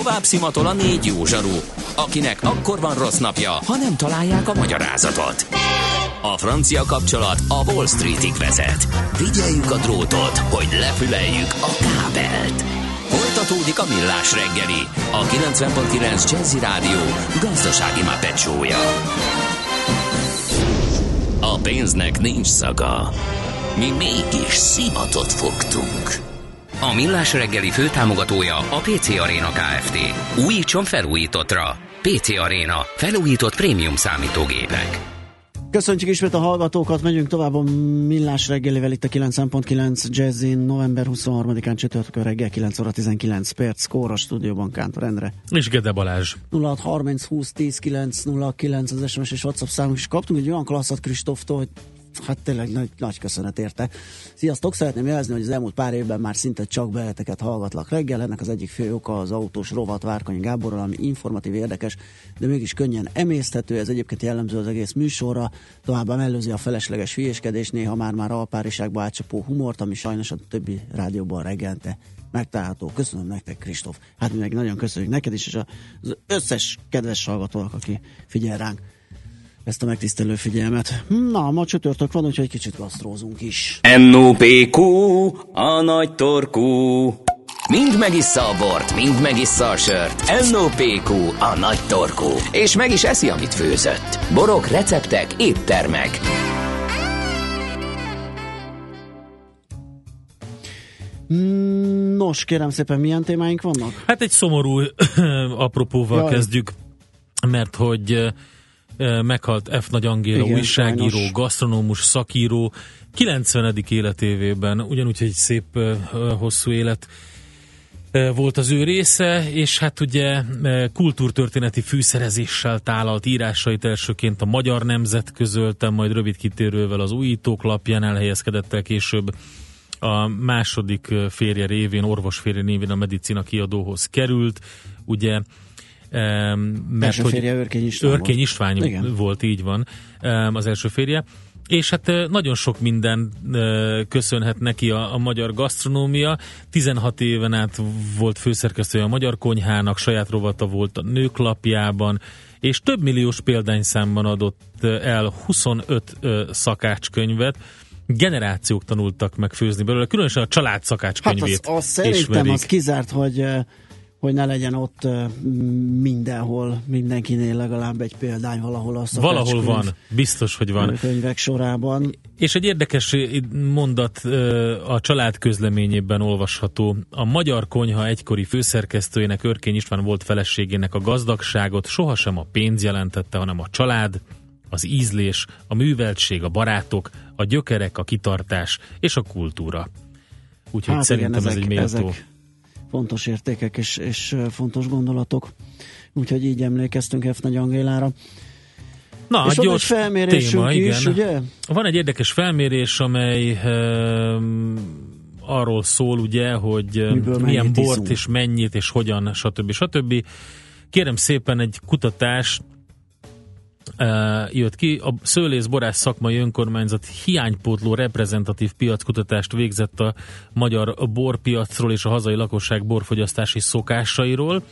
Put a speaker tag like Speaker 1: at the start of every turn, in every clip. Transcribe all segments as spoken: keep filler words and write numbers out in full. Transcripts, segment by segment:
Speaker 1: Tovább szimatol a négy jó zsaru, akinek akkor van rossz napja, ha nem találják a magyarázatot. A francia kapcsolat a Wall Streetig vezet. Figyeljük a drótot, hogy lefüleljük a kábelt. Folytatódik a Millás reggeli, a kilencven pont kilenc Jazzy Rádió gazdasági mápecsója. A pénznek nincs szaga. Mi mégis szimatot fogtunk. A Millás reggeli főtámogatója a pé cé Arena Kft. Újítson felújítottra. pé cé Arena. Felújított prémium számítógépek.
Speaker 2: Köszöntjük ismét a hallgatókat, megyünk tovább a Millás reggelivel itt a kilencven pont kilenc Jazzin, november huszonharmadikán csütörtökön reggel kilenc óra tizenkilenc perc, Kóra stúdióban Kántor Endre.
Speaker 3: És Gede Balázs.
Speaker 2: nulla hat harminc húsz tíz kilenc nulla kilenc az es em es és WhatsApp számunk, és kaptunk egy olyan klasszat Kristóftól, hogy hát tényleg nagy, nagy köszönet érte. Sziasztok, szeretném jelezni, hogy az elmúlt pár évben már szinte csak beleteket hallgatlak reggel. Ennek az egyik fő oka az autós rovat Várkonyi Gáborral, ami informatív, érdekes, de mégis könnyen emészthető. Ez egyébként jellemző az egész műsorra. Továbbá mellőzi a felesleges hülyéskedés, néha már-már alpáriságba átcsapó humort, ami sajnos a többi rádióban reggelente megtalálható. Köszönöm nektek, Kristóf. Hát mi meg nagyon köszönjük neked is, és az összes kedves hallgatónak, aki figyel ránk, ezt a megtisztelő figyelmet. Na, ma csütörtök van, úgyhogy kicsit gasztrózunk is.
Speaker 1: en o pé kú, a nagy torkú. Mind megissza a bort, mind megissza a sört. en o pé kú, a nagy torkú. És meg is eszi, amit főzött. Borok, receptek, éttermek.
Speaker 2: Nos, kérem szépen, milyen témáink vannak?
Speaker 3: Hát egy szomorú apropóval Jaj. kezdjük, mert hogy meghalt F. Nagy Angéla, igen, újságíró, sajnos. Gasztronómus, szakíró, kilencvenedik életévében, ugyanúgy egy szép hosszú élet volt az ő része, és hát ugye kultúrtörténeti fűszerezéssel tálalt írásait elsőként a Magyar Nemzet közölte, majd rövid kitérővel az Újítók lapján elhelyezkedett el később. A második férje révén, orvosférje névén a Medicina kiadóhoz került, ugye, mert
Speaker 2: első
Speaker 3: hogy
Speaker 2: férje Örkény István,
Speaker 3: Örkény István volt. volt, így van, az első férje. És hát nagyon sok minden köszönhet neki a, a magyar gasztronómia. tizenhat éven át volt főszerkesztője a Magyar Konyhának, saját rovata volt a Nők lapjában, és több milliós példányszámban adott el huszonöt szakácskönyvet. Generációk tanultak meg főzni belőle, különösen a család szakácskönyvét.
Speaker 2: Hát az, az szerintem az kizárt, hogy hogy ne legyen ott mindenhol, mindenkinél legalább egy példány valahol a szakácskönyv.
Speaker 3: Valahol van, biztos, hogy van.
Speaker 2: Könyvek sorában.
Speaker 3: És egy érdekes mondat a család közleményében olvasható. A Magyar Konyha egykori főszerkesztőjének, Örkény István volt feleségének a gazdagságot sohasem a pénz jelentette, hanem a család, az ízlés, a műveltség, a barátok, a gyökerek, a kitartás és a kultúra. Úgyhogy hát szerintem igen, ezek, ez egy méltó.
Speaker 2: Ezek fontos értékek és, és fontos gondolatok. Úgyhogy így emlékeztünk F. Nagy Angélára.
Speaker 3: Na,
Speaker 2: és van egy felmérésünk téma, is, igen. Ugye?
Speaker 3: Van egy érdekes felmérés, amely e, arról szól, ugye, hogy Miből milyen bort iszunk, és mennyit, és hogyan, stb. stb. Kérem szépen, egy kutatás Uh, jött ki. A Szőlész-borász szakmai önkormányzat hiánypótló reprezentatív piackutatást végzett a magyar borpiacról és a hazai lakosság borfogyasztási szokásairól,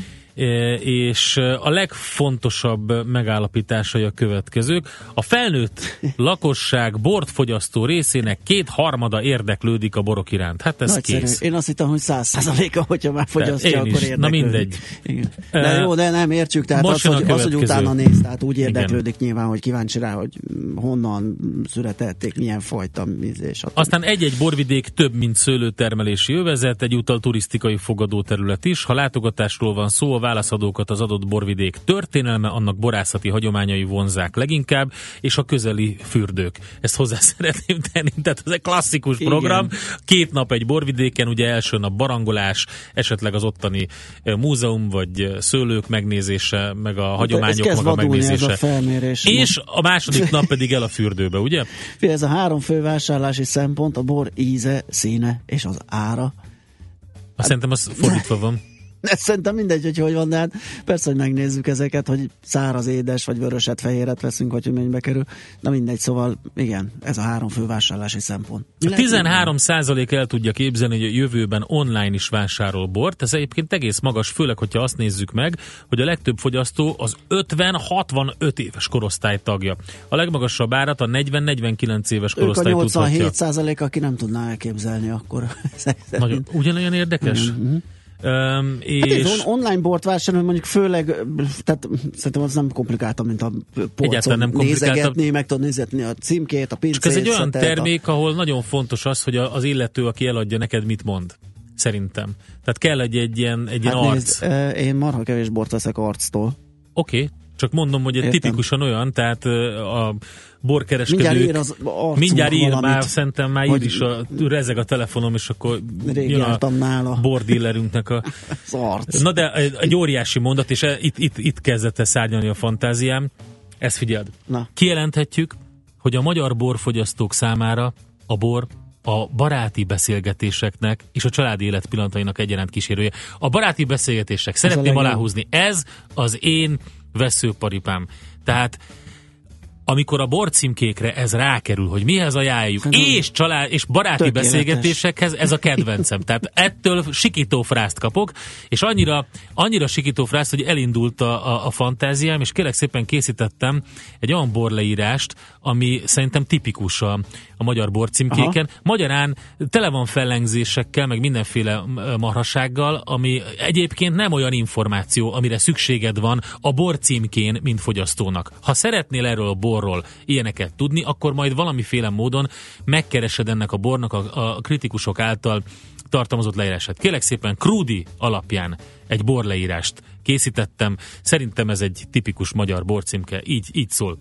Speaker 3: és a legfontosabb megállapításai a következők. A felnőtt lakosság bort fogyasztó részének kétharmada érdeklődik a borok iránt. Hát ez
Speaker 2: nagyszerű. Kész. Én azt hittem, hogy száz százaléka, hogyha már fogyasztja, akkor érdeklődik.
Speaker 3: Na mindegy.
Speaker 2: Igen. De jó, de nem értsük, tehát az hogy, az, hogy utána néz, tehát úgy érdeklődik, igen, nyilván, hogy kíváncsi rá, hogy honnan születették, milyen fajta ízés.
Speaker 3: Aztán egy-egy borvidék több, mint szőlőtermelési övezet, egyúttal turisztikai fogadóterület is. Ha látogatásról van szó, a válaszadókat az adott borvidék történelme, annak borászati hagyományai vonzák leginkább, és a közeli fürdők. Ezt hozzá szeretném tenni, tehát ez egy klasszikus igen. program. Két nap egy borvidéken, ugye első nap barangolás, esetleg az ottani múzeum, vagy szőlők megnézése, meg a hagyományok maga megnézése.
Speaker 2: Ez a felmérés.
Speaker 3: És a második nap pedig el a fürdőbe, ugye?
Speaker 2: Ez a három fő vásárlási szempont, a bor íze, színe és az ára.
Speaker 3: Azt szerintem az fordítva van.
Speaker 2: Ez szerintem mindegy, hogy hogy van, de hát persze, hogy megnézzük ezeket, hogy száraz, édes vagy vöröset, fehéret veszünk, hogy mennyibe kerül. Na mindegy, szóval igen, ez a három fő vásárlási szempont.
Speaker 3: A tizenhárom százalék el tudja képzelni, hogy a jövőben online is vásárol bort. Ez egyébként egész magas, főleg, hogyha azt nézzük meg, hogy a legtöbb fogyasztó az ötven-hatvanöt éves korosztály tagja. A legmagasabb árat a negyven-negyvenkilenc éves korosztály tudhatja.
Speaker 2: Ők a nyolcvanhét százalék, aki nem tudná elképzelni akkor.
Speaker 3: Nagyon, ugyanolyan érdekes?
Speaker 2: Mm-hmm.
Speaker 3: Um, és...
Speaker 2: Hát ez on- online bort vásárolni mondjuk főleg, tehát szerintem az nem komplikáltabb, mint a polcon
Speaker 3: nem
Speaker 2: nézegetni, meg tudod nézetni a címkét, a pincét.
Speaker 3: Ez egy olyan termék, a... ahol nagyon fontos az, hogy az illető, aki eladja neked, mit mond. Szerintem. Tehát kell egy, egy ilyen, egy hát ilyen arc.
Speaker 2: Nézd, én marha kevés bort veszek arctól.
Speaker 3: Oké. Okay. Csak mondom, hogy egy tipikusan olyan, tehát a borkereskedők...
Speaker 2: Mindjárt ír az
Speaker 3: Mindjárt ír,
Speaker 2: valamit,
Speaker 3: már szerintem már ír is, a, rezeg a telefonom, és akkor jön a bordillerünknek a...
Speaker 2: az arc.
Speaker 3: Na de egy óriási mondat, és itt, itt, itt kezdett el szárnyalni a fantáziám. Ezt figyeld. Na. Kijelenthetjük, hogy a magyar borfogyasztók számára a bor a baráti beszélgetéseknek és a családi élet pillanatainak egyaránt kísérője. A baráti beszélgetések, szeretném aláhúzni, ez az én veszőparipám. Tehát amikor a borcímkékre ez rákerül, hogy mihez ajánljuk, és család, és baráti tökéletes beszélgetésekhez, ez a kedvencem. Tehát ettől sikítófrászt kapok, és annyira, annyira sikítófrászt, hogy elindult a, a, a fantáziám, és kérlek szépen készítettem egy olyan borleírást, ami szerintem tipikus a, a magyar borcímkéken. Aha. Magyarán tele van fellengzésekkel, meg mindenféle marhasággal, ami egyébként nem olyan információ, amire szükséged van a borcímkén, mint fogyasztónak. Ha szeretnél erről a borról ilyeneket tudni, akkor majd valamiféle módon megkeresed ennek a bornak a, a kritikusok által tartalmazott leírását. Kérlek szépen, Krúdi alapján egy borleírást készítettem. Szerintem ez egy tipikus magyar borcímke. Így, így szól.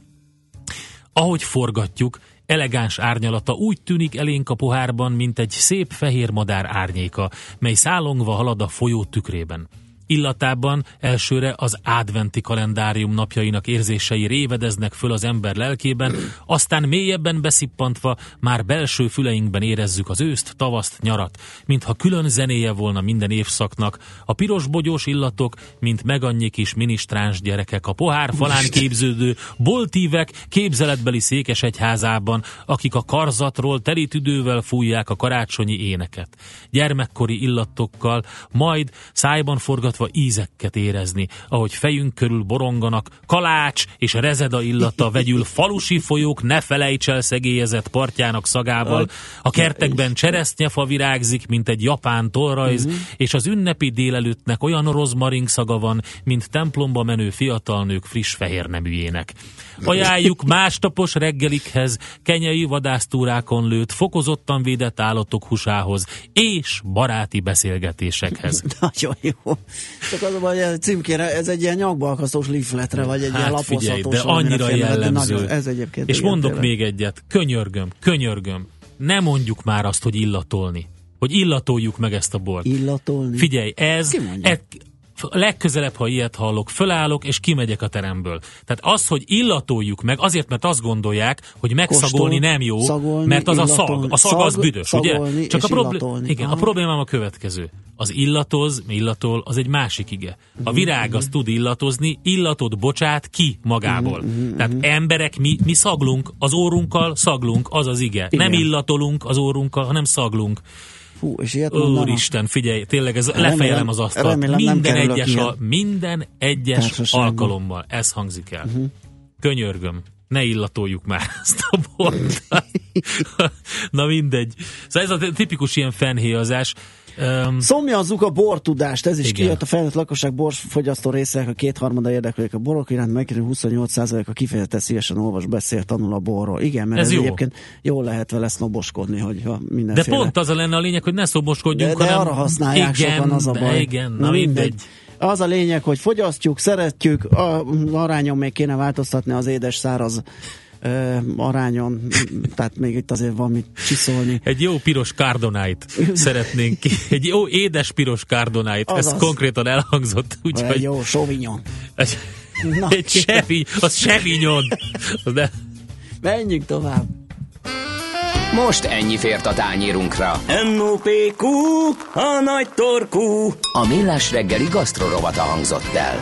Speaker 3: Ahogy forgatjuk, elegáns árnyalata úgy tűnik elénk a pohárban, mint egy szép fehér madár árnyéka, mely szállongva halad a folyó tükrében. Illatában elsőre az adventi kalendárium napjainak érzései révedeznek föl az ember lelkében, aztán mélyebben beszippantva már belső füleinkben érezzük az őszt, tavaszt, nyarat, mintha külön zenéje volna minden évszaknak. A pirosbogyós illatok, mint megannyi kis ministráns gyerekek a pohár falán képződő boltívek képzeletbeli székesegyházában, akik a karzatról teli tüdővel fújják a karácsonyi éneket. Gyermekkori illatokkal, majd szájban forgat ízekket érezni, ahogy fejünk körül boronganak, kalács és rezeda illata vegyül falusi folyók ne felejts el szegélyezett partjának szagával, a kertekben cseresznyefa virágzik, mint egy japán tollrajz, uh-huh. és az ünnepi délelőttnek olyan rozmaring szaga van, mint templomba menő fiatal nők friss fehér neműjének. Ajánljuk másnapos reggelikhez, kenyai vadásztúrákon lőtt, fokozottan védett állatok húsához, és baráti beszélgetésekhez.
Speaker 2: Nagyon jó. Csak az a baj, hogy a címkére ez egy ilyen nyakbalkasztós leafletre, vagy egy hát ilyen lapozhatós.
Speaker 3: Figyelj, de annyira jellemző.
Speaker 2: Nagyon, ez egyébként
Speaker 3: és mondok tényleg még egyet, könyörgöm, könyörgöm, ne mondjuk már azt, hogy illatolni. Hogy illatoljuk meg ezt a bort.
Speaker 2: Illatolni?
Speaker 3: Figyelj, ez... legközelebb, ha ilyet hallok, fölállok, és kimegyek a teremből. Tehát az, hogy illatoljuk meg, azért, mert azt gondolják, hogy megszagolni nem jó, szagolni, mert az illatolni. A szag. A szag, szag az büdös, ugye? Csak a, problé- igen, a problémám a következő. Az illatoz, illatol, az egy másik ige. A virág az tud illatozni, illatot bocsát ki magából. Tehát emberek, mi, mi szaglunk, az órunkkal szaglunk, az az ige. Igen. Nem illatolunk az órunkkal, hanem szaglunk.
Speaker 2: Fú, és ilyet
Speaker 3: Úristen, figyelj, tényleg ez remélem, lefejelem az asztalt. Minden egyes, a, minden egyes alkalommal ez hangzik el. Uh-huh. Könyörgöm, ne illatoljuk már ezt a bort. Na mindegy. Szóval ez a tipikus ilyen fenhéjazás. Um,
Speaker 2: Szomjazzuk a bortudást, ez is igen. Kijött a felnőtt lakosság borsfogyasztó részek, a kétharmada érdeklődik a borok iránt, megkérő huszonnyolc százalék a kifejezetten szívesen olvas, beszél, tanul a borról. Igen, mert ez, ez jó. Egyébként jól lehet vele sznoboskodni, hogyha mindenféle...
Speaker 3: De pont az a lenne a lényeg, hogy ne szoboskodjunk,
Speaker 2: de, de hanem... arra használják igen, sokan, az a baj.
Speaker 3: Igen, na mindegy.
Speaker 2: Az a lényeg, hogy fogyasztjuk, szeretjük, a arányon még kéne változtatni az édes-száraz Uh, arányon, tehát még itt azért van mit csiszolni.
Speaker 3: Egy jó piros kárdonáit szeretnénk ki. Egy jó édes piros kárdonáit. Ez konkrétan elhangzott. Úgy,
Speaker 2: egy
Speaker 3: hogy...
Speaker 2: jó sauvignon.
Speaker 3: Egy, egy sevi, az sevignon. De...
Speaker 2: Menjünk tovább.
Speaker 1: Most ennyi fért a tányérunkra.
Speaker 4: em o pé kú, a nagy torkú.
Speaker 1: A Millás reggeli gasztrorovata hangzott el.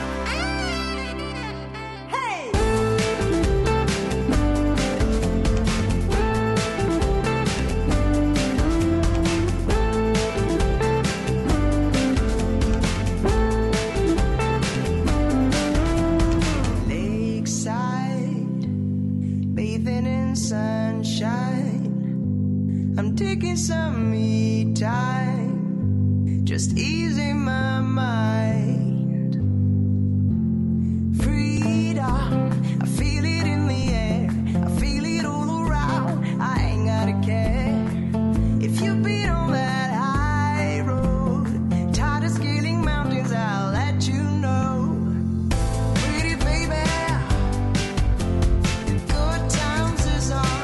Speaker 5: I'm taking some me time, just easing my mind. Freedom, I feel it in the air, I feel it all around. I ain't gotta care if you've been on that high road. Tired of scaling mountains, I'll let you know. Pretty baby, good times is on.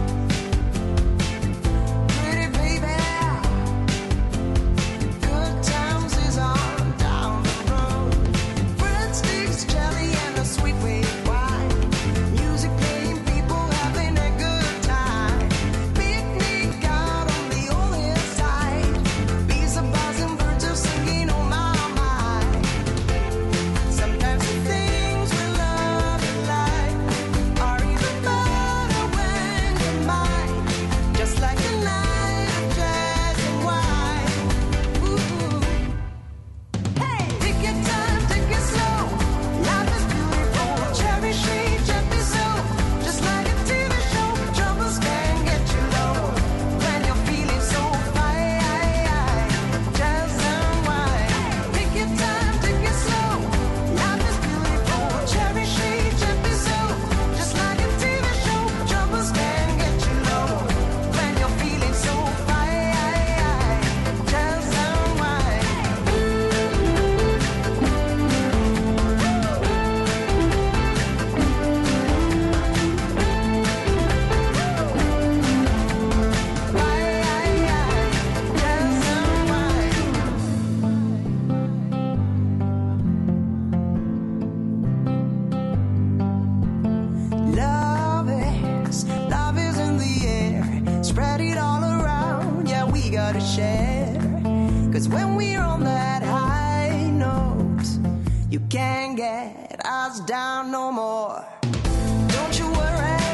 Speaker 5: Down no more. Don't you worry,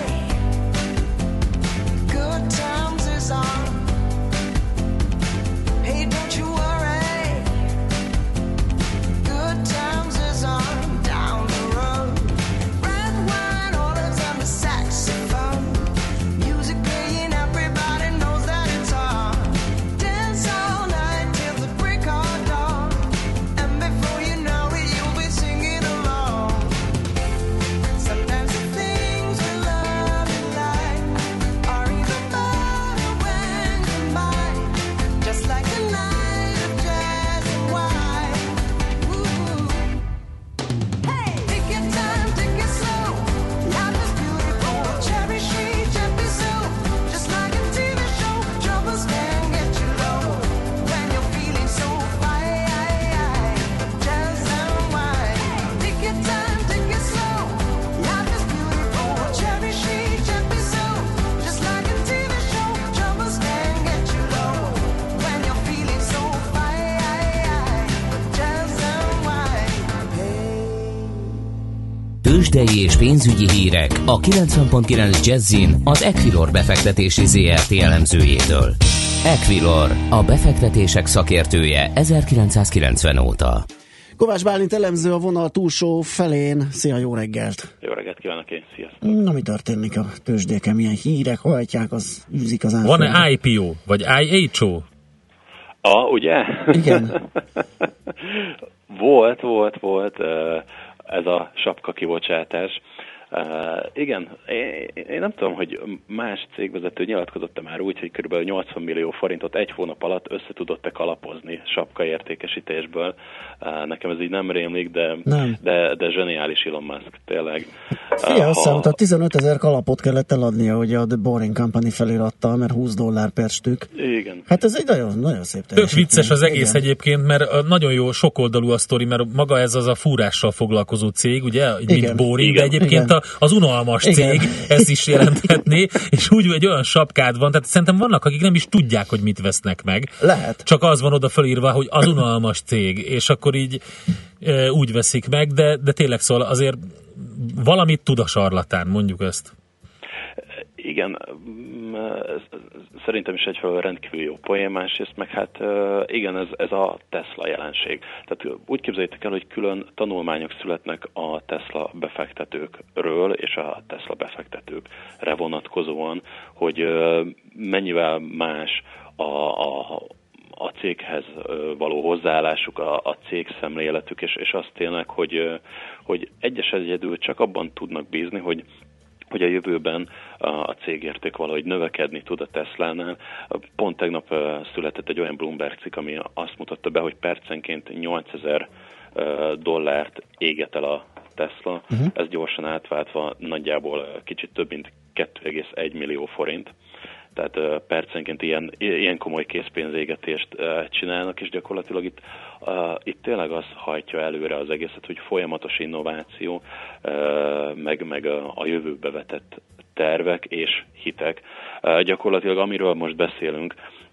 Speaker 5: good times is on. Hey, don't you worry, good times is on. Down the road, red wine, olives and the saxophone. Music playing, everybody knows that it's on. Dance all night till the break of dawn. And before you know it, you'll be singing along. Sometimes the things we love in life are even better when combined. Just like a night of jazz and wine. Ooh. Hey, take your time, take it slow. Life is beautiful. Cherish each episode. Just like a T V show. Troubles can get you low when you're feeling so fine. Jazz and wine. Take your time, take it slow. Life is beautiful. Cherish each episode. Just like a T V show. Troubles can get you low when you're feeling so fine. Jazz and wine.
Speaker 1: Tőzsdei és pénzügyi hírek a kilencven pont kilenc Jazzin az Equilor befektetési zé er té elemzőjétől. Equilor, a befektetések szakértője ezerkilencszázkilencven óta.
Speaker 2: Kovács Bálint elemző a vonal túlsó felén. Szia, jó reggelt!
Speaker 6: Jó reggelt kívánok én, sziasztok!
Speaker 2: Na, mi történik a tőzsdéken? Milyen hírek hajtják, az űzik az árfolyamot?
Speaker 3: Van-e i pé o, vagy i há o?
Speaker 6: Ah, ugye?
Speaker 2: Igen.
Speaker 6: volt, volt, volt ez a sapka kibocsátás. Uh, igen, én, én nem tudom, hogy más cégvezető nyilatkozott már úgy, hogy kb. nyolcvan millió forintot egy hónap alatt össze tudott-e kalapozni sapka értékesítésből. Uh, nekem ez így nem rémlik, de,
Speaker 2: nem.
Speaker 6: de, de zseniális Elon Musk, tényleg.
Speaker 2: Fia, uh, azt számolta, tizenötezer kalapot kellett eladnia, hogy a The Boring Company felirattal, mert húsz dollár per stük.
Speaker 6: Igen.
Speaker 2: Hát ez egy nagyon, nagyon szép
Speaker 3: teljesítmény. Tök vicces az egész, igen. Egyébként, mert nagyon jó, sokoldalú a sztori, mert maga ez az a fúrással foglalkozó cég, ugye, mint
Speaker 2: igen.
Speaker 3: Boring,
Speaker 2: igen.
Speaker 3: de egyébként
Speaker 2: igen.
Speaker 3: a, az unalmas cég, ezt is jelenthetné, és úgy egy olyan sapkád van, tehát szerintem vannak, akik nem is tudják, hogy mit vesznek meg.
Speaker 2: Lehet.
Speaker 3: Csak az van oda fölírva, hogy az unalmas cég, és akkor így e, úgy veszik meg, de, de tényleg szól, azért valamit tud a sarlatán, mondjuk ezt.
Speaker 6: Igen, szerintem is egyfelől rendkívül jó poén, másrészt meg hát igen, ez, ez a Tesla jelenség. Tehát úgy képzeljétek el, hogy külön tanulmányok születnek a Tesla befektetőkről és a Tesla befektetőkre vonatkozóan, hogy mennyivel más a, a, a céghez való hozzáállásuk, a, a cég szemléletük, és, és azt tényleg, hogy, hogy egyes egyedül csak abban tudnak bízni, hogy hogy a jövőben a cégérték valahogy növekedni tud a Teslánál. Pont tegnap született egy olyan Bloomberg cikk, ami azt mutatta be, hogy percenként nyolcezer dollárt éget el a Tesla. Uh-huh. Ez gyorsan átváltva nagyjából kicsit több mint két egész egy millió forint. Tehát percenként ilyen, ilyen komoly készpénzégetést csinálnak, és gyakorlatilag itt, itt tényleg az hajtja előre az egészet, hogy folyamatos innováció, meg, meg a jövőbe vetett tervek és hitek. Gyakorlatilag amiről most beszélünk,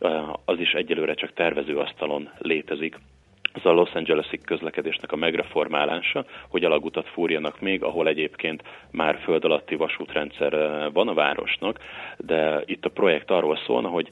Speaker 6: az is egyelőre csak tervezőasztalon létezik. Az a Los Angeles-i közlekedésnek a megreformálása, hogy alagutat fúrjanak még, ahol egyébként már föld alatti vasútrendszer van a városnak, de itt a projekt arról szólna, hogy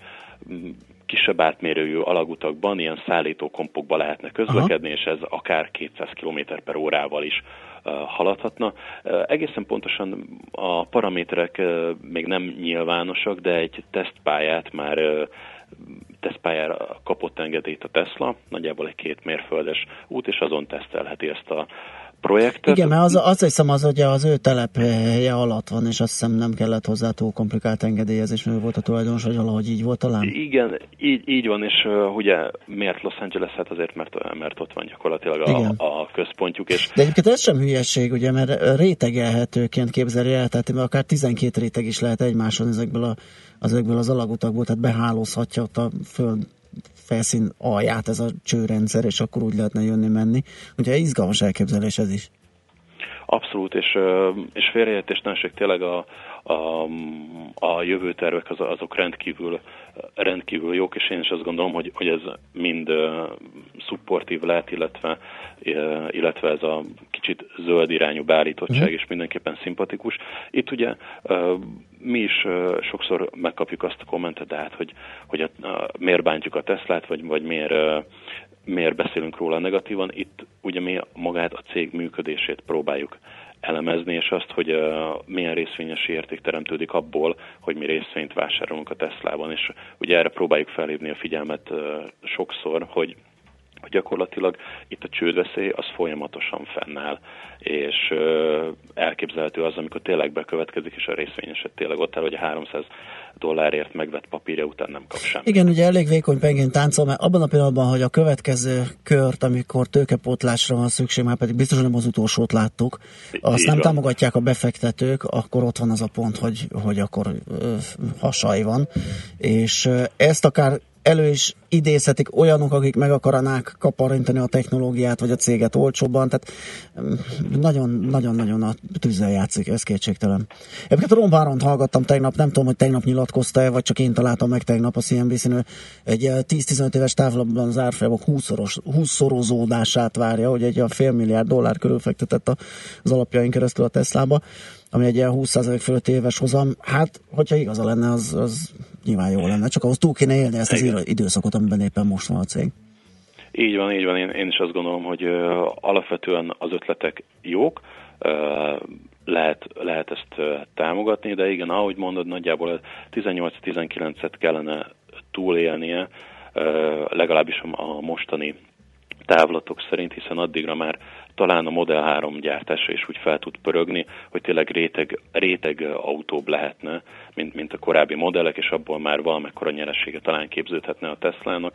Speaker 6: kisebb átmérőjű alagutakban, ilyen szállítókompokban lehetne közlekedni, aha, és ez akár kétszáz kilométer per órával is uh, haladhatna. Uh, egészen pontosan a paraméterek uh, még nem nyilvánosak, de egy tesztpályát már uh, tesztpályára kapott engedélyt a Tesla, nagyjából egy két mérföldes út, és azon tesztelheti ezt a projektet.
Speaker 2: Igen, mert az, az hiszem az, hogy az ő telepje alatt van, és azt hiszem nem kellett hozzá túl komplikált engedélyezés, mert volt a tulajdonos, vagy valahogy így volt talán?
Speaker 6: Igen, így, így van, és uh, ugye miért Los Angeles? Hát azért, mert, mert ott van gyakorlatilag a, a központjuk. És
Speaker 2: de egyébként ez sem hülyesség, ugye, mert rétegelhetőként képzelje el, tehát akár tizenkét réteg is lehet egymáson ezekből, a, ezekből az alagutakból, tehát behálózhatja ott a föld felszín alját ez a csőrendszer, és akkor úgy lehetne jönni-menni. Ugye izgalmas elképzelés ez is.
Speaker 6: Abszolút, és, és félreértés ne esik, tényleg a, a, a jövőtervek az, azok rendkívül, rendkívül jók, és én is azt gondolom, hogy, hogy ez mind uh, szupportív lehet, illetve, uh, illetve ez a kicsit zöld irányú beállítottság mm. is mindenképpen szimpatikus. Itt ugye uh, mi is uh, sokszor megkapjuk azt a kommentet, de hát, hogy, hogy a, a, miért bántjuk a Teslát, vagy, vagy miért, uh, miért beszélünk róla negatívan. Itt ugye mi magát a cég működését próbáljuk elemezni, és azt, hogy uh, milyen részvényesi érték teremtődik abból, hogy mi részvényt vásárolunk a Teslában, és ugye erre próbáljuk felhívni a figyelmet uh, sokszor, hogy hogy gyakorlatilag itt a csődveszély az folyamatosan fennáll, és uh, elképzelhető az, amikor tényleg bekövetkezik, és a részvényeset tényleg ott áll, hogy a háromszáz dollárért megvett papírja után nem kap semmit.
Speaker 2: Igen, ugye elég vékony pengén táncol, mert abban a pillanatban, hogy a következő kört, amikor tőkepótlásra van szükség, már pedig biztosan nem az utolsót láttuk, azt nem támogatják a befektetők, akkor ott van az a pont, hogy, hogy akkor ö, hasaj van, és ö, ezt akár elő is idézhetik olyanok, akik meg akaranák kaparintani a technológiát, vagy a céget olcsóbban, tehát nagyon-nagyon-nagyon a tűzzel játszik, ez kétségtelen. Egyébként a Ron Baront hallgattam tegnap, nem tudom, hogy tegnap nyilatkozta-e, vagy csak én találtam meg tegnap a C N B C-n, egy tíz-tizenöt éves távlatban az árfolyamok húszszorozódását várja, hogy egy a fél milliárd dollár körül fektetett az alapjain keresztül a Teslába, ami egy ilyen húsz százalék fölötti éves hozam. Hát, hogyha igaza lenne, az, az nyilván jó lenne. Csak ahhoz túl kéne élni ezt az időszakot, amiben éppen most van a cég.
Speaker 6: Így van, így van. Én, én is azt gondolom, hogy uh, alapvetően az ötletek jók, uh, lehet, lehet ezt uh, támogatni, de igen, ahogy mondod, nagyjából tizennyolc-tizenkilencet kellene túlélnie, uh, legalábbis a mostani távlatok szerint, hiszen addigra már talán a Model három gyártása is úgy fel tud pörögni, hogy tényleg réteg, réteg autóbb lehetne, mint, mint a korábbi modellek, és abból már valamekkora nyeresége talán képződhetne a Teslának,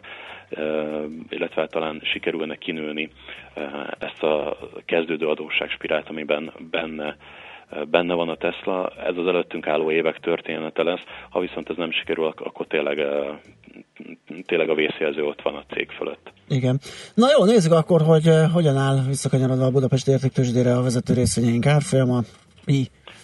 Speaker 6: illetve talán sikerülne kinőni ezt a kezdődő adósságspirált, amiben benne benne van a Tesla, ez az előttünk álló évek története lesz, ha viszont ez nem sikerül, akkor tényleg, tényleg a vészjelző ott van a cég fölött.
Speaker 2: Igen. Na jó, nézzük akkor, hogy hogyan áll visszakanyarodva a Budapesti Értéktőzsdére a vezető részvényeink árfolyama. I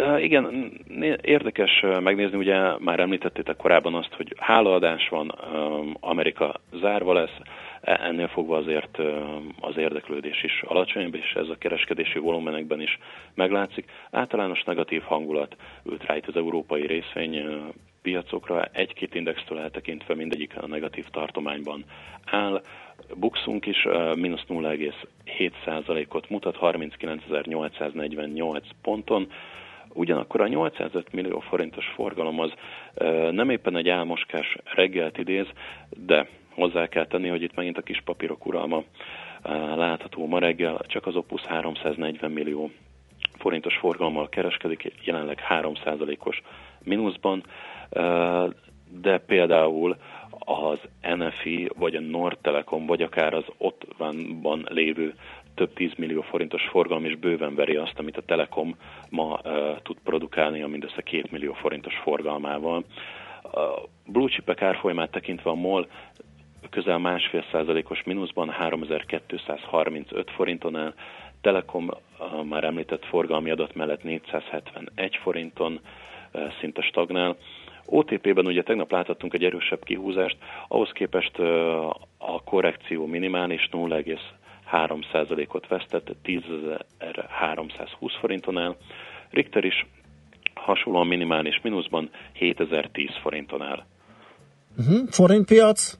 Speaker 6: Igen, érdekes megnézni, ugye már említettétek korábban azt, hogy hálaadás van, Amerika zárva lesz, ennél fogva azért az érdeklődés is alacsonyabb, és ez a kereskedési volumenekben is meglátszik. Általános negatív hangulat ült rá itt az európai részvénypiacokra, egy-két indextől eltekintve mindegyik a negatív tartományban áll. Buxunk is mínusz nulla egész hét százalékot mutat, harminckilencezer-nyolcszáznegyvennyolc ponton. Ugyanakkor a nyolcszázöt millió forintos forgalom az nem éppen egy álmoskás reggelt idéz, de hozzá kell tenni, hogy itt megint a kis papírok uralma látható ma reggel, csak az Opus háromszáznegyven millió forintos forgalommal kereskedik, jelenleg három százalékos mínuszban, de például az en ef i, vagy a Nordtelekom, vagy akár az ott vanban lévő több tízmillió forintos forgalom is bőven veri azt, amit a Telekom ma uh, tud produkálni a mindössze két millió forintos forgalmával. A blue chipek árfolyamát tekintve a MOL közel másfél százalékos mínuszban háromezer-kétszázharmincöt forinton áll, Telekom a már említett forgalmi adat mellett négyszázhetvenegy forinton uh, szinte stagnál. o té pében ugye tegnap láthattunk egy erősebb kihúzást, ahhoz képest uh, a korrekció minimális, nulla egész három százalékot vesztett, tízezer-háromszázhúsz forinton áll. Richter is hasonlóan minimális mínuszban hétezer-tíz forinton áll.
Speaker 2: Uh-huh. Forintpiac?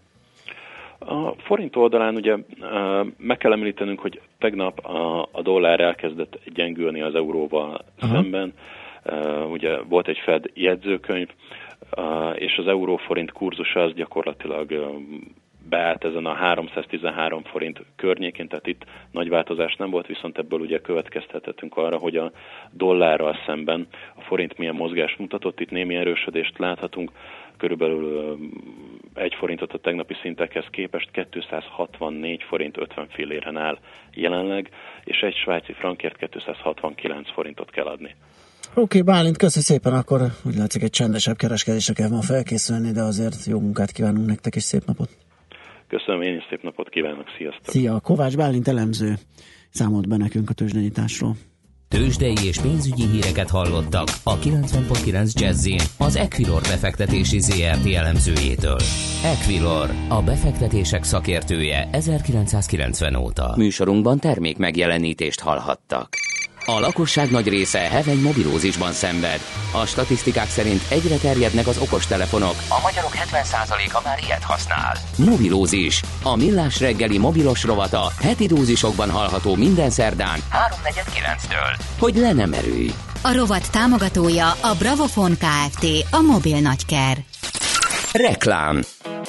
Speaker 6: A forint oldalán ugye meg kell említenünk, hogy tegnap a, a dollár elkezdett gyengülni az euróval uh-huh. szemben. Ugye volt egy Fed jegyzőkönyv, és az euró-forint kurzusa az gyakorlatilag beállt ezen a háromszáztizenhárom forint környékén, tehát itt nagy változás nem volt, viszont ebből ugye következtethetünk arra, hogy a dollárral szemben a forint milyen mozgást mutatott, itt némi erősödést láthatunk, körülbelül egy forintot a tegnapi szintekhez képest kétszázhatvannégy forint ötven filléren áll jelenleg, és egy svájci frankért kétszázhatvankilenc forintot kell adni.
Speaker 2: Oké, okay, Bálint, köszi szépen, akkor úgy látszik egy csendesebb kereskedésre kell ma felkészülni, de azért jó munkát kívánunk nektek, és szép napot!
Speaker 6: Köszönöm, én is szép napot kívánok, sziasztok!
Speaker 2: Szia, Kovács Bálint elemző számolt be nekünk a tőzsdenyításról.
Speaker 1: Tőzsdei és pénzügyi híreket hallottak a kilencven pont kilenc Jazzin az Equilor befektetési zé er té elemzőjétől. Equilor, a befektetések szakértője ezerkilencszázkilencven óta. Műsorunkban termék megjelenítést hallhattak. A lakosság nagy része heveny mobilózisban szenved. A statisztikák szerint egyre terjednek az okostelefonok. A magyarok hetven százaléka már ilyet használ. Mobilózis. A millás reggeli mobilos rovata heti dózisokban hallható minden szerdán háromnegyed kilenctől. Hogy le nem erőj.
Speaker 7: A rovat támogatója a Bravofon Kft. A mobil nagyker.
Speaker 1: Reklám.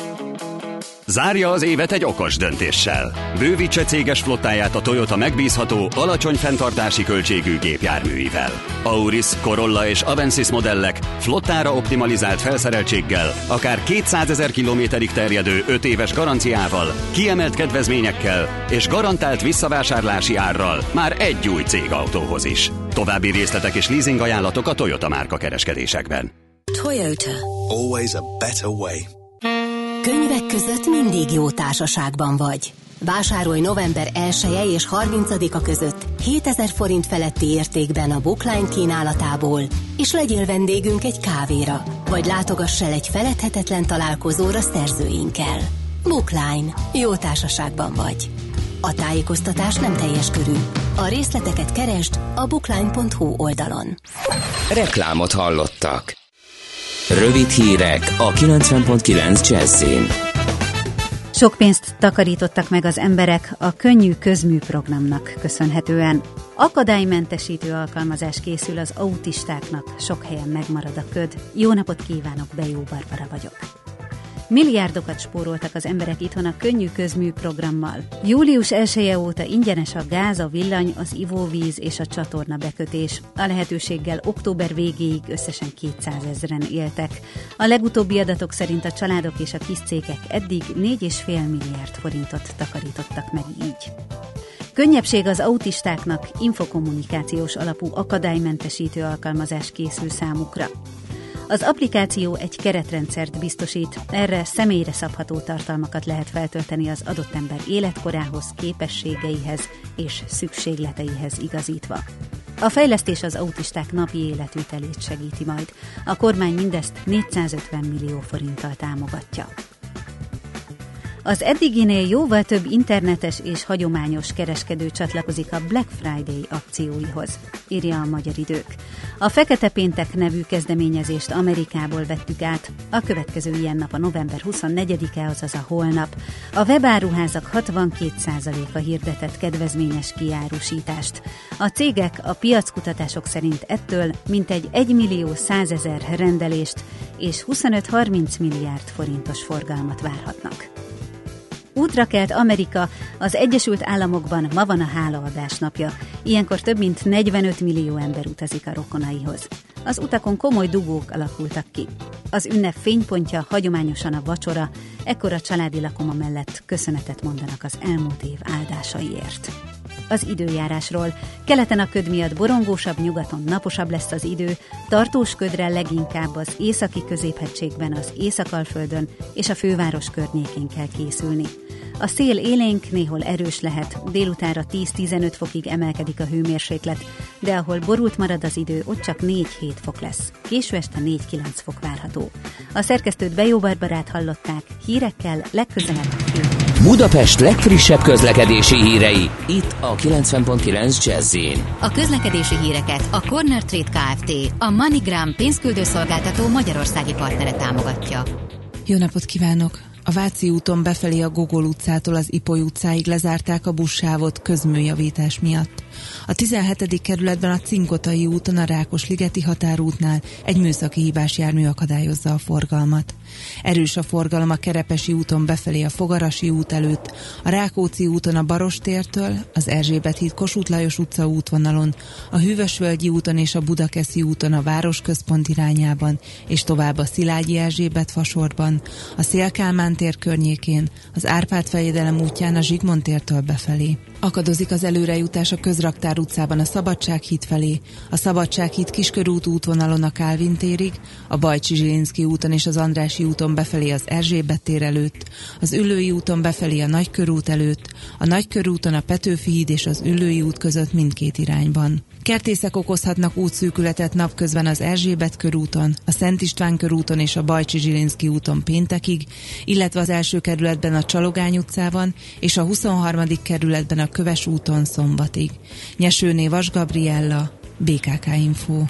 Speaker 8: Zárja az évet egy okos döntéssel. Bővítse céges flottáját a Toyota megbízható, alacsony fenntartási költségű gépjárműivel. Auris, Corolla és Avensis modellek flottára optimalizált felszereltséggel, akár kétszázezer kilométerig terjedő öt éves garanciával, kiemelt kedvezményekkel és garantált visszavásárlási árral már egy új cégautóhoz is. További részletek és leasing ajánlatok a Toyota márka kereskedésekben.
Speaker 7: Toyota.
Speaker 9: Always a better way.
Speaker 7: Könyvek között mindig jó társaságban vagy. Vásárolj november elseje és harmincadika között hétezer forint feletti értékben a Bookline kínálatából, és legyél vendégünk egy kávéra, vagy látogass el egy feledhetetlen találkozóra szerzőinkkel. Bookline. Jó társaságban vagy. A tájékoztatás nem teljes körű. A részleteket keresd a bookline pont hu oldalon.
Speaker 1: Reklámot hallottak. Rövid hírek a kilencven pont kilenc Jazzin.
Speaker 10: Sok pénzt takarítottak meg az emberek a könnyű közmű programnak köszönhetően. Akadálymentesítő alkalmazás készül az autistáknak, sok helyen megmarad a köd. Jó napot kívánok, Bejó Barbara vagyok. Milliárdokat spóroltak az emberek itthon a könnyű közmű programmal. július elseje óta ingyenes a gáz, a villany, az ivóvíz és a csatorna bekötés. A lehetőséggel október végéig összesen kétszázezren éltek. A legutóbbi adatok szerint a családok és a kis cégek eddig négy egész öt milliárd forintot takarítottak meg így. Könnyebbség az autistáknak, infokommunikációs alapú akadálymentesítő alkalmazás készül számukra. Az applikáció egy keretrendszert biztosít, erre személyre szabható tartalmakat lehet feltölteni az adott ember életkorához, képességeihez és szükségleteihez igazítva. A fejlesztés az autisták napi életvitelét segíti majd. A kormány mindezt négyszázötven millió forinttal támogatja. Az eddiginél jóval több internetes és hagyományos kereskedő csatlakozik a Black Friday akcióihoz, írja a Magyar Idők. A Fekete Péntek nevű kezdeményezést Amerikából vettük át, a következő ilyen nap a november huszonnegyedike, azaz a holnap. A webáruházak hatvankét százaléka hirdetett kedvezményes kiárusítást. A cégek a piackutatások szerint ettől mintegy egymillió százezer rendelést és huszonöt-harminc milliárd forintos forgalmat várhatnak. Útra kelt Amerika, az Egyesült Államokban ma van a hálaadás napja. Ilyenkor több mint negyvenöt millió ember utazik a rokonaihoz. Az utakon komoly dugók alakultak ki. Az ünnep fénypontja hagyományosan a vacsora, ekkor a családi lakoma mellett köszönetet mondanak az elmúlt év áldásaiért. Az időjárásról. Keleten a köd miatt borongósabb, nyugaton naposabb lesz az idő, tartós ködre leginkább az északi középhegységben, az Észak-Alföldön és a főváros környékén kell készülni. A szél élénk, néhol erős lehet, délutánra tíz-tizenöt fokig emelkedik a hőmérséklet, de ahol borult marad az idő, ott csak négy-hét fok lesz. Késő este négy-kilenc fok várható. A szerkesztőt Bejó Barbarát hallották, hírekkel legközelebb fél.
Speaker 1: Budapest legfrissebb közlekedési hírei, itt a kilencven pont kilenc Jazz-in.
Speaker 7: A közlekedési híreket a Corner Trade Kft., a MoneyGram pénzküldőszolgáltató magyarországi partnere támogatja.
Speaker 11: Jó napot kívánok! A Váci úton befelé a Gogol utcától az Ipoly utcáig lezárták a buszsávot közműjavítás miatt. A tizenhetedik kerületben a Cinkotai úton a Rákosligeti határútnál egy műszaki hibás jármű akadályozza a forgalmat. Erős a forgalom a Kerepesi úton befelé a Fogarasi út előtt, a Rákóczi úton a Barostértől, az Erzsébet híd Kossuth Lajos utca útvonalon, a Hűvösvölgyi úton és a Budakeszi úton a városközpont irányában, és tovább a Szilágyi Erzsébet fasorban, a Széll-Kálmán tér környékén, az Árpád-fejedelem útján a Zsigmond tértől befelé. Akadozik az előrejutás a Közraktár utcában a Szabadsághíd felé, a Szabadsághíd Kiskörút útvonalon a Kálvin térig, a Bajcsy-Zsilinszky úton és az Andrássy úton befelé az Erzsébet tér előtt, az Üllői úton befelé a Nagykörút előtt, a Nagykörúton a Petőfi híd és az Üllői út között mindkét irányban. Kertészek okozhatnak útszűkületet napközben az Erzsébet körúton, a Szent István körúton és a Bajcsy-Zsilinszky úton péntekig, illetve az első kerületben a Csalogány utcában és a huszonharmadik kerületben a Köves úton szombatig. Nyesőné Vas Gabriella, bé ká ká Info.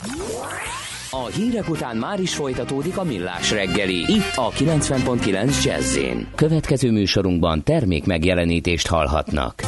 Speaker 1: A hírek után már is folytatódik a Millás reggeli, itt a kilencven pont kilenc Jazz-in. Következő műsorunkban termék megjelenítést hallhatnak.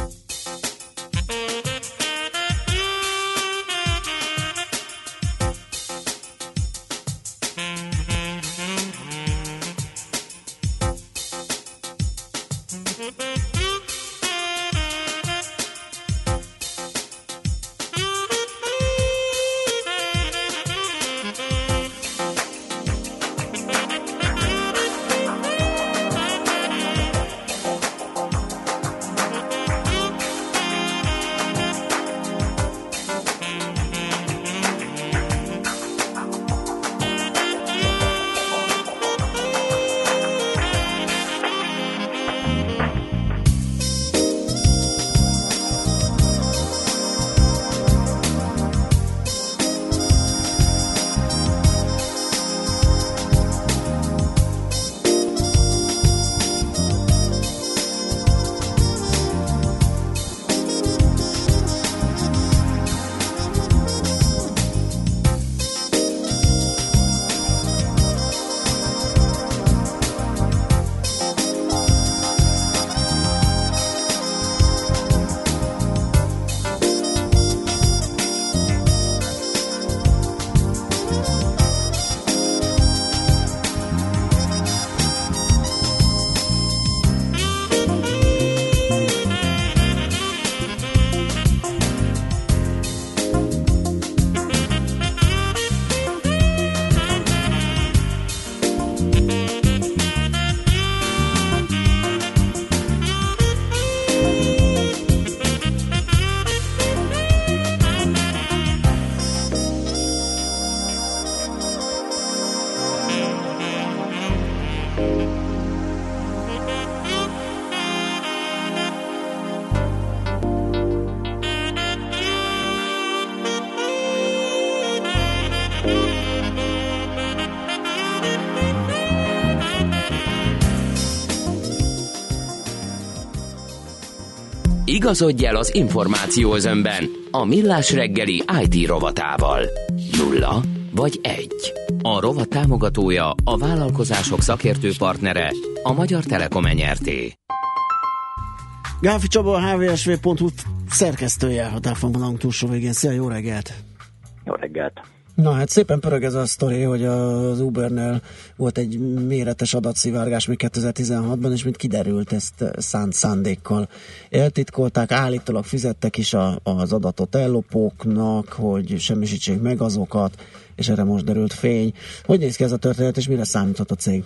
Speaker 1: Igazodj el az információ özönben a Millás reggeli í té rovatával. Nulla vagy egy. A rovat támogatója, a vállalkozások szakértő partnere, a Magyar Telekom Nyrt.
Speaker 2: Gáfi Csaba, a há vé es vé pont hu szerkesztője, a telefonvonalunk túlsó végén. Szia, jó reggelt!
Speaker 12: Jó reggelt!
Speaker 2: Na hát szépen pörög ez a sztori, hogy az Ubernél volt egy méretes adatszivárgás még kétezer-tizenhatban, és mint kiderült, ezt szánt szándékkal eltitkolták, állítólag fizettek is a, az adatot ellopóknak, hogy semmisítsék meg azokat, és erre most derült fény. Hogy néz ki ez a történet, és mire számított a cég?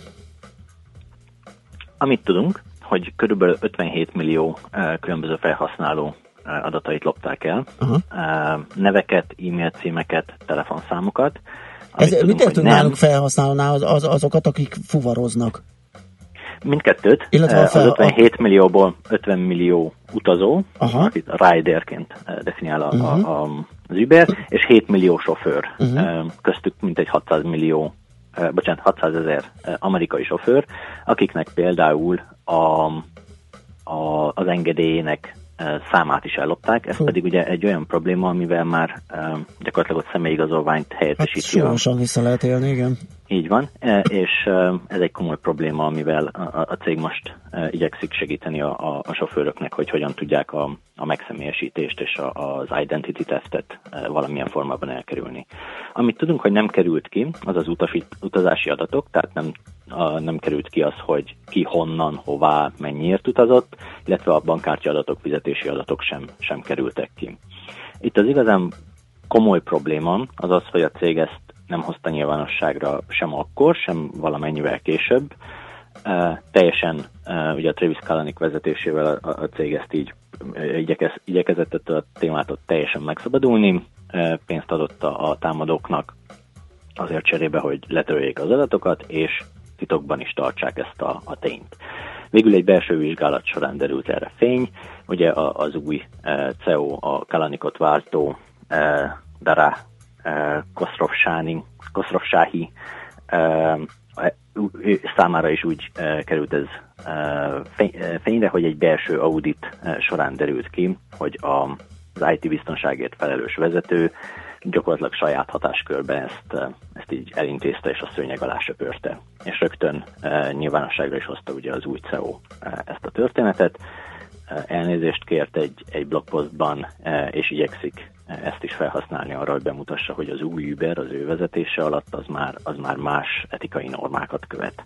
Speaker 12: Amit tudunk, hogy körülbelül ötvenhét millió uh, különböző felhasználó uh, adatait lopták el. Uh, neveket, e-mail címeket, telefonszámokat.
Speaker 2: Ez
Speaker 12: tudunk,
Speaker 2: mit értünk
Speaker 12: nem,
Speaker 2: náluk felhasználónál az, az, azokat, akik fuvaroznak?
Speaker 12: Mindkettőt.
Speaker 2: Illetve
Speaker 12: uh,
Speaker 2: fel,
Speaker 12: az ötvenhét a... millióból ötven millió utazó,
Speaker 2: Aha.
Speaker 12: akit riderként uh, definiál a,
Speaker 2: uh-huh.
Speaker 12: a, a, az Uber, és hét millió sofőr.
Speaker 2: Uh-huh.
Speaker 12: Uh, köztük mintegy hatszáz millió, uh, bocsánat, hatszázezer uh, amerikai sofőr, akiknek például a, a, az engedélyének uh, számát is ellopták, ez Hú. pedig ugye egy olyan probléma, amivel már uh, gyakorlatilag ott személyigazolványt helyettesíti.
Speaker 2: Hát súlyosan vissza lehet élni, igen.
Speaker 12: Így van, és ez egy komoly probléma, amivel a, a cég most igyekszik segíteni a, a, a sofőröknek, hogy hogyan tudják a, a megszemélyesítést és a, az identity testet valamilyen formában elkerülni. Amit tudunk, hogy nem került ki, az az utasi, utazási adatok, tehát nem, a, nem került ki az, hogy ki honnan, hová, mennyiért utazott, illetve a bankkártya adatok, fizetési adatok sem, sem kerültek ki. Itt az igazán komoly probléma az az, hogy a cég ezt nem hozta nyilvánosságra sem akkor, sem valamennyivel később. Uh, teljesen, uh, ugye a Travis Kalanick vezetésével a, a cég ezt így uh, igyekez, igyekezett ettől a témától teljesen megszabadulni. Uh, pénzt adott a, a támadóknak azért cserébe, hogy letöröljék az adatokat, és titokban is tartsák ezt a, a tényt. Végül egy belső vizsgálat során derült erre fény. Ugye a, az új uh, cé e o, a Kalanickot váltó uh, Dara Khosrowshahi, Khosrowshahi számára is úgy került ez fényre, hogy egy belső audit során derült ki, hogy az í té biztonságért felelős vezető gyakorlatilag saját hatáskörben ezt, ezt így elintézte és a szőnyeg alá söpörte. És rögtön nyilvánosságra is hozta ugye az új cé e o ezt a történetet, elnézést kért egy, egy blogpostban, és igyekszik ezt is felhasználni arra, hogy bemutassa, hogy az új Uber az ő vezetése alatt az már, az már más etikai normákat követ.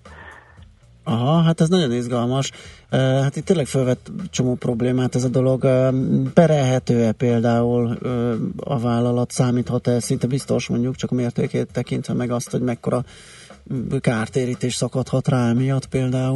Speaker 2: Aha, hát ez nagyon izgalmas. Hát itt tényleg felvett csomó problémát ez a dolog. Perelhető-e például a vállalat, számíthat-e, szinte biztos mondjuk, csak a mértékét tekintve meg azt, hogy mekkora kártérítés szakadhat rá miatt például?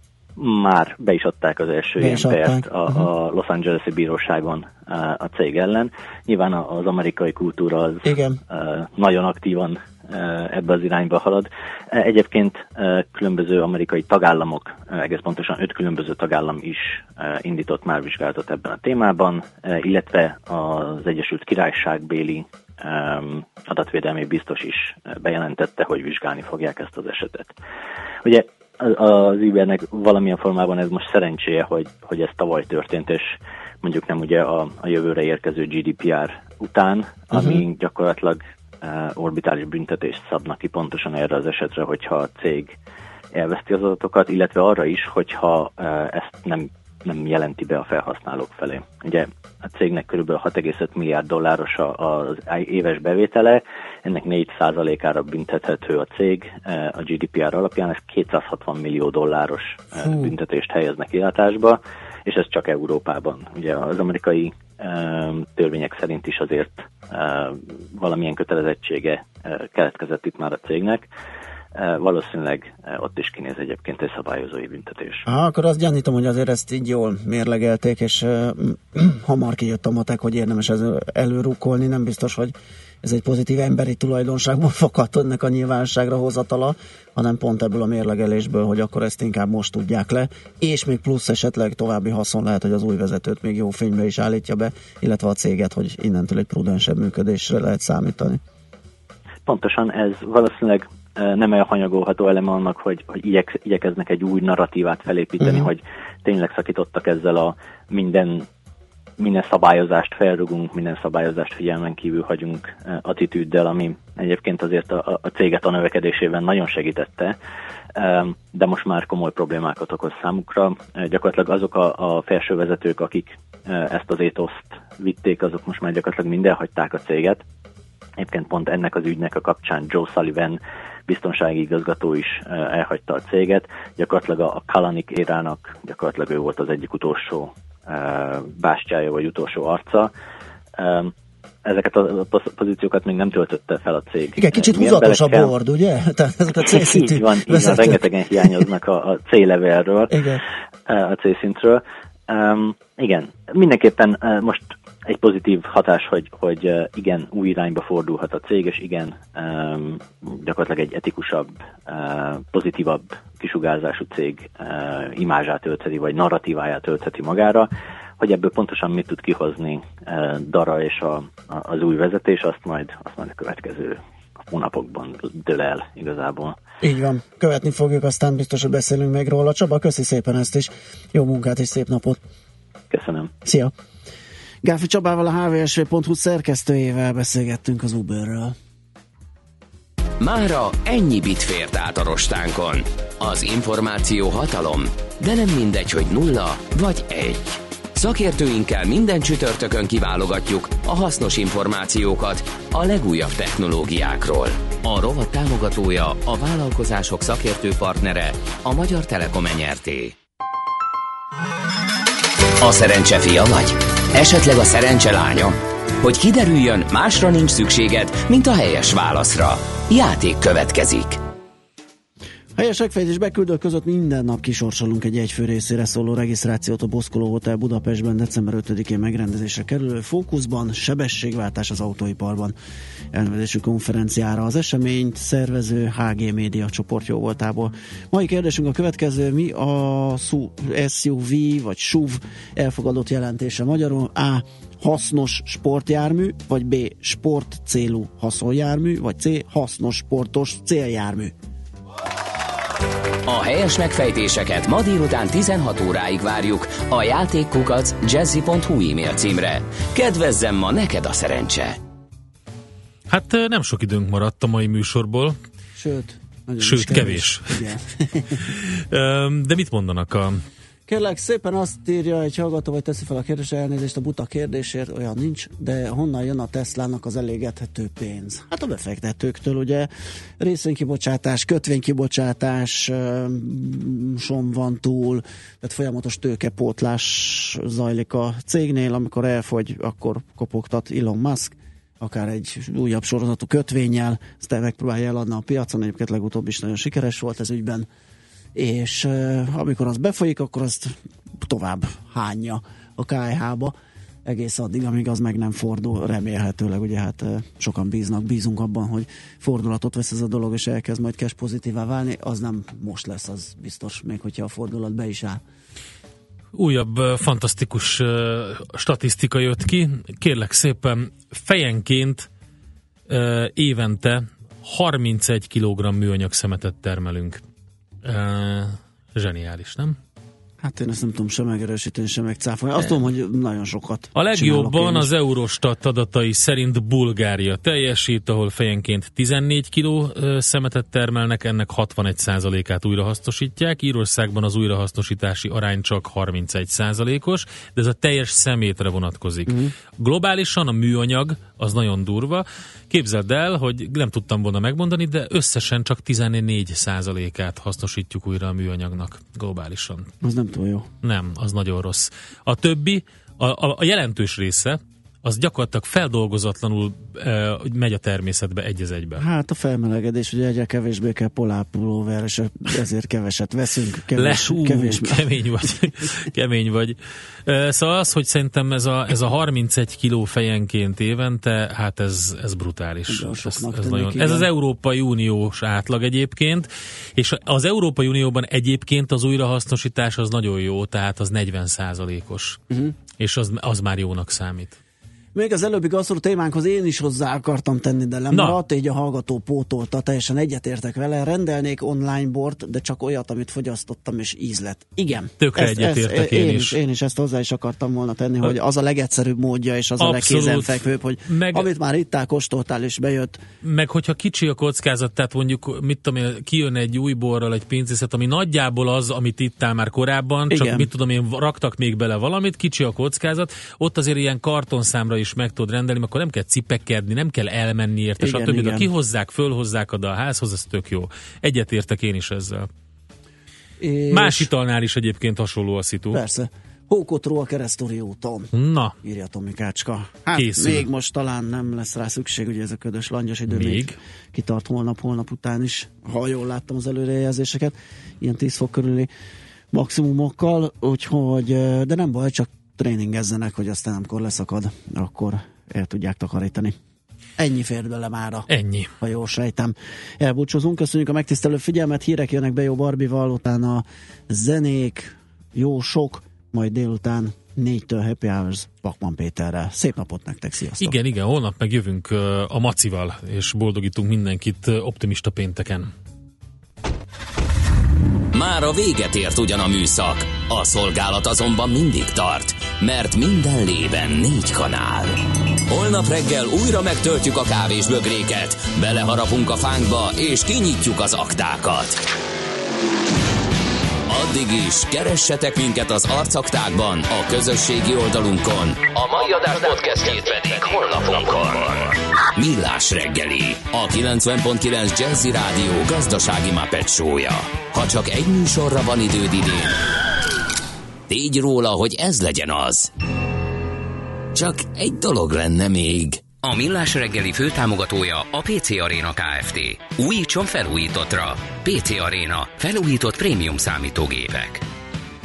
Speaker 2: Már
Speaker 12: be is adták az első ilyen pert a, a Los Angeles-i bíróságon a cég ellen. Nyilván az amerikai kultúra az Igen. nagyon aktívan ebbe az irányba halad. Egyébként különböző amerikai tagállamok, egész pontosan öt különböző tagállam is indított már vizsgálatot ebben a témában, illetve az Egyesült Királyságbéli adatvédelmi biztos is bejelentette, hogy vizsgálni fogják ezt az esetet. Ugye az Ubernek valamilyen formában ez most szerencséje, hogy, hogy ez tavaly történt, és mondjuk nem ugye a, a jövőre érkező gé dé pé er után, ami uh-huh. gyakorlatilag uh, orbitális büntetést szabnak ki pontosan erre az esetre, hogyha a cég elveszti az adatokat, illetve arra is, hogyha uh, ezt nem, nem jelenti be a felhasználók felé. Ugye a cégnek körülbelül hat egész öt milliárd dolláros az éves bevétele, ennek négy százalékára büntethető a cég a gé dé pé er alapján, ez kétszázhatvan millió dolláros Hú. büntetést helyeznek kilátásba, és ez csak Európában. Ugye az amerikai törvények szerint is azért valamilyen kötelezettsége keletkezett itt már a cégnek, valószínűleg ott is kinéz egyébként egy szabályozói büntetés.
Speaker 2: Aha, akkor azt gyanítom, hogy azért ezt így jól mérlegelték, és uh, hamar kijött a matek, hogy érdemes ez előrukkolni. Nem biztos, hogy ez egy pozitív emberi tulajdonságból fakadt ennek a nyilvánosságra hozatala, hanem pont ebből a mérlegelésből, hogy akkor ezt inkább most tudják le, és még plusz esetleg további haszon lehet, hogy az új vezetőt még jó fénybe is állítja be, illetve a céget, hogy innentől egy prudensebb működésre lehet számítani.
Speaker 12: Pontosan ez valószínűleg nem elhanyagolható eleme annak, hogy, hogy igyek, igyekeznek egy új narratívát felépíteni, uh-huh. hogy tényleg szakítottak ezzel a minden minden szabályozást felrugunk, minden szabályozást figyelmen kívül hagyunk attitűddel, ami egyébként azért a, a céget a növekedésében nagyon segítette, de most már komoly problémákat okoz számukra. Gyakorlatilag azok a, a felső vezetők, akik ezt az étoszt vitték, azok most már gyakorlatilag minden hagyták a céget. Egyébként pont ennek az ügynek a kapcsán Joe Sullivan biztonsági igazgató is elhagyta a céget. Gyakorlatilag a Kalanick érának gyakorlatilag ő volt az egyik utolsó bástyája, vagy utolsó arca. Ezeket a pozíciókat még nem töltötte fel a cég.
Speaker 2: Igen, kicsit húzatos a board, ugye? Tehát ezek a C-szintű
Speaker 12: így van, így van, rengetegen hiányoznak a, a C-levelről, a C-szintről. Um, igen, mindenképpen uh, most egy pozitív hatás, hogy, hogy uh, igen, új irányba fordulhat a cég, és igen, um, gyakorlatilag egy etikusabb, uh, pozitívabb kisugárzású cég uh, imázsát öltheti, vagy narratíváját öltheti magára. Hogy ebből pontosan mit tud kihozni uh, Dara és a, a, az új vezetés, azt majd, azt majd a következő hónapokban dől el igazából.
Speaker 2: Így van, követni fogjuk, aztán biztos, hogy beszélünk még róla. Csaba, köszi szépen ezt is. Jó munkát és szép napot.
Speaker 12: Köszönöm.
Speaker 2: Szia. Gáfi Csabával, a há vé es vé pont hú szerkesztőjével beszélgettünk az Uberről.
Speaker 1: Mára ennyi bit fért át a rostánkon. Az információ hatalom, de nem mindegy, hogy nulla vagy egy. Szakértőinkkel minden csütörtökön kiválogatjuk a hasznos információkat a legújabb technológiákról. A rovat támogatója, a vállalkozások szakértő partnere, a Magyar Telekom Nyrt. A szerencse fia vagy? Esetleg a szerencse lánya? Hogy kiderüljön, másra nincs szükséged, mint a helyes válaszra. Játék következik.
Speaker 2: Helyes megfejtés beküldők között minden nap kisorsolunk egy egyfő részére szóló regisztrációt a Boszkoló Hotel Budapestben december ötödikén megrendezésre kerülő Fókuszban, sebességváltás az autóiparban elnevezésű konferenciára. Az eseményt szervező há gé Média csoport jóvoltából. Mai kérdésünk a következő: mi a es u vé vagy es u vé elfogadott jelentése magyarul? A. Hasznos sportjármű, vagy B. Sport célú haszonjármű, vagy C. Hasznos sportos céljármű.
Speaker 1: A helyes megfejtéseket ma délután tizenhat óráig várjuk a játékkukac jazzy pont hu e-mail címre. Kedvezzem ma neked a szerencse!
Speaker 3: Hát nem sok időnk maradt a mai műsorból.
Speaker 2: Sőt,
Speaker 3: Sőt kevés. kevés. De mit mondanak a...
Speaker 2: Kérlek szépen, azt írja egy hallgató, vagy teszi fel a kérdés, elnézést a buta kérdésért, olyan nincs, de honnan jön a Teslának az elégethető pénz? Hát a befektetőktől, ugye, részvénykibocsátás, kötvénykibocsátás som van túl, tehát folyamatos tőkepótlás zajlik a cégnél, amikor elfogy, akkor kopogtat Elon Musk, akár egy újabb sorozatú kötvényel, ezt megpróbálja eladni a piacon, egyébként legutóbb is nagyon sikeres volt ez ügyben, és uh, amikor az befolyik, akkor azt tovább hányja a ká é há-ba, egész addig, amíg az meg nem fordul, remélhetőleg, ugye hát uh, sokan bíznak, bízunk abban, hogy fordulatot vesz ez a dolog, és elkezd majd cash pozitívá válni, az nem most lesz, az biztos, még hogyha a fordulat be is áll.
Speaker 3: Újabb uh, fantasztikus uh, statisztika jött ki, kérlek szépen, fejenként uh, évente harmincegy kilogramm műanyag szemetet termelünk. Uh, zseniális, nem?
Speaker 2: Hát én ezt nem tudom sem megerősíteni, sem megcáfolni. Azt tudom, hogy nagyon sokat.
Speaker 3: A legjobban az Eurostat adatai szerint Bulgária teljesít, ahol fejenként tizennégy kiló szemetet termelnek, ennek hatvanegy százalékát újrahasznosítják. Írországban az újrahasznosítási arány csak harmincegy százalékos, de ez a teljes szemétre vonatkozik. Uh-huh. Globálisan a műanyag az nagyon durva. Képzeld el, hogy nem tudtam volna megmondani, de összesen csak tizennégy százalékát hasznosítjuk újra a műanyagnak globálisan.
Speaker 2: Az nem túl jó.
Speaker 3: Nem, az nagyon rossz. A többi, a, a, a jelentős része, az gyakorlatilag feldolgozatlanul e, megy a természetbe egy az egyben.
Speaker 2: Hát a felmelegedés, ugye egyre kevésbé kell polápulóver, és ezért keveset veszünk. Kevés,
Speaker 3: Les, ú,
Speaker 2: kevés
Speaker 3: kemény vagy. kemény vagy. E, szóval az, hogy szerintem ez a, ez a harmincegy kiló fejenként évente, hát ez, ez brutális. Ez, ez, nagyon, ez az Európai Uniós átlag egyébként, és az Európai Unióban egyébként az újrahasznosítás az nagyon jó, tehát az negyven százalékos. Uh-huh. És az, az már jónak számít.
Speaker 2: Még az előbbi gasztró témánkhoz én is hozzá akartam tenni, de lemaradt, így a hallgató pótolta, teljesen egyetértek vele, rendelnék online bort, de csak olyat, amit fogyasztottam és íz lett. Igen.
Speaker 3: Tökre egyetértek én,
Speaker 2: én
Speaker 3: is.
Speaker 2: is. Én is ezt hozzá is akartam volna tenni, a, hogy az a legegyszerűbb módja, és az abszolút, a legkézenfekvőbb, hogy meg, amit már ittál, kóstoltál és bejött.
Speaker 3: Meg hogyha kicsi a kockázat, tehát mondjuk, mit tudom én, kijön egy új borral egy pincészet, ami nagyjából az, amit ittál már korábban, csak igen. mit tudom én, raktak még bele valamit, kicsi a kockázat, ott azért ilyen kartonszámra is meg tudod rendelni, akkor nem kell cipekedni, nem kell elmenni érte, igen, stb. De kihozzák, fölhozzák oda a házhoz, ez tök jó. Egyetértek én is ezzel. És... Más italnál is egyébként hasonló a szitu.
Speaker 2: Persze. Hókotró a Keresztori úton.
Speaker 3: Na.
Speaker 2: Írja Tomikácska. Hát
Speaker 3: készül.
Speaker 2: Még most talán nem lesz rá szükség, ugye ez a ködös langyos idő még, még kitart holnap, holnap után is, ha jól láttam az előrejelzéseket, ilyen tíz fok körüli maximumokkal, úgyhogy, de nem baj, csak tréningezzenek, hogy aztán amikor leszakad, akkor el tudják takarítani. Ennyi fér bele mára.
Speaker 3: Ennyi.
Speaker 2: Ha jól sejtem. Elbúcsúzunk, köszönjük a megtisztelő figyelmet, hírek jönnek be Jó Barbival, utána zenék, jó sok, majd délután négytől Happy Hours Pakman Péterrel. Szép napot nektek, sziasztok!
Speaker 3: Igen, igen, holnap meg jövünk a Macival, és boldogítunk mindenkit optimista pénteken.
Speaker 1: Már a véget ért ugyan a műszak, a szolgálat azonban mindig tart, mert minden lében négy kanál. Holnap reggel újra megtöltjük a kávésbögréket, beleharapunk a fánkba és kinyitjuk az aktákat. Addig is keressetek minket az arcaktákban, a közösségi oldalunkon. A mai adás podcastjét pedig honlapunkon. Millás reggeli, a kilencven pont kilenc Jazzy Rádió gazdasági Muppet show-ja. Ha csak egy műsorra van időd idén, tégy róla, hogy ez legyen az. Csak egy dolog lenne még. A Millás reggeli főtámogatója a pé cé Arena Kft. Újítson felújítottra. pé cé Arena. Felújított prémium számítógépek.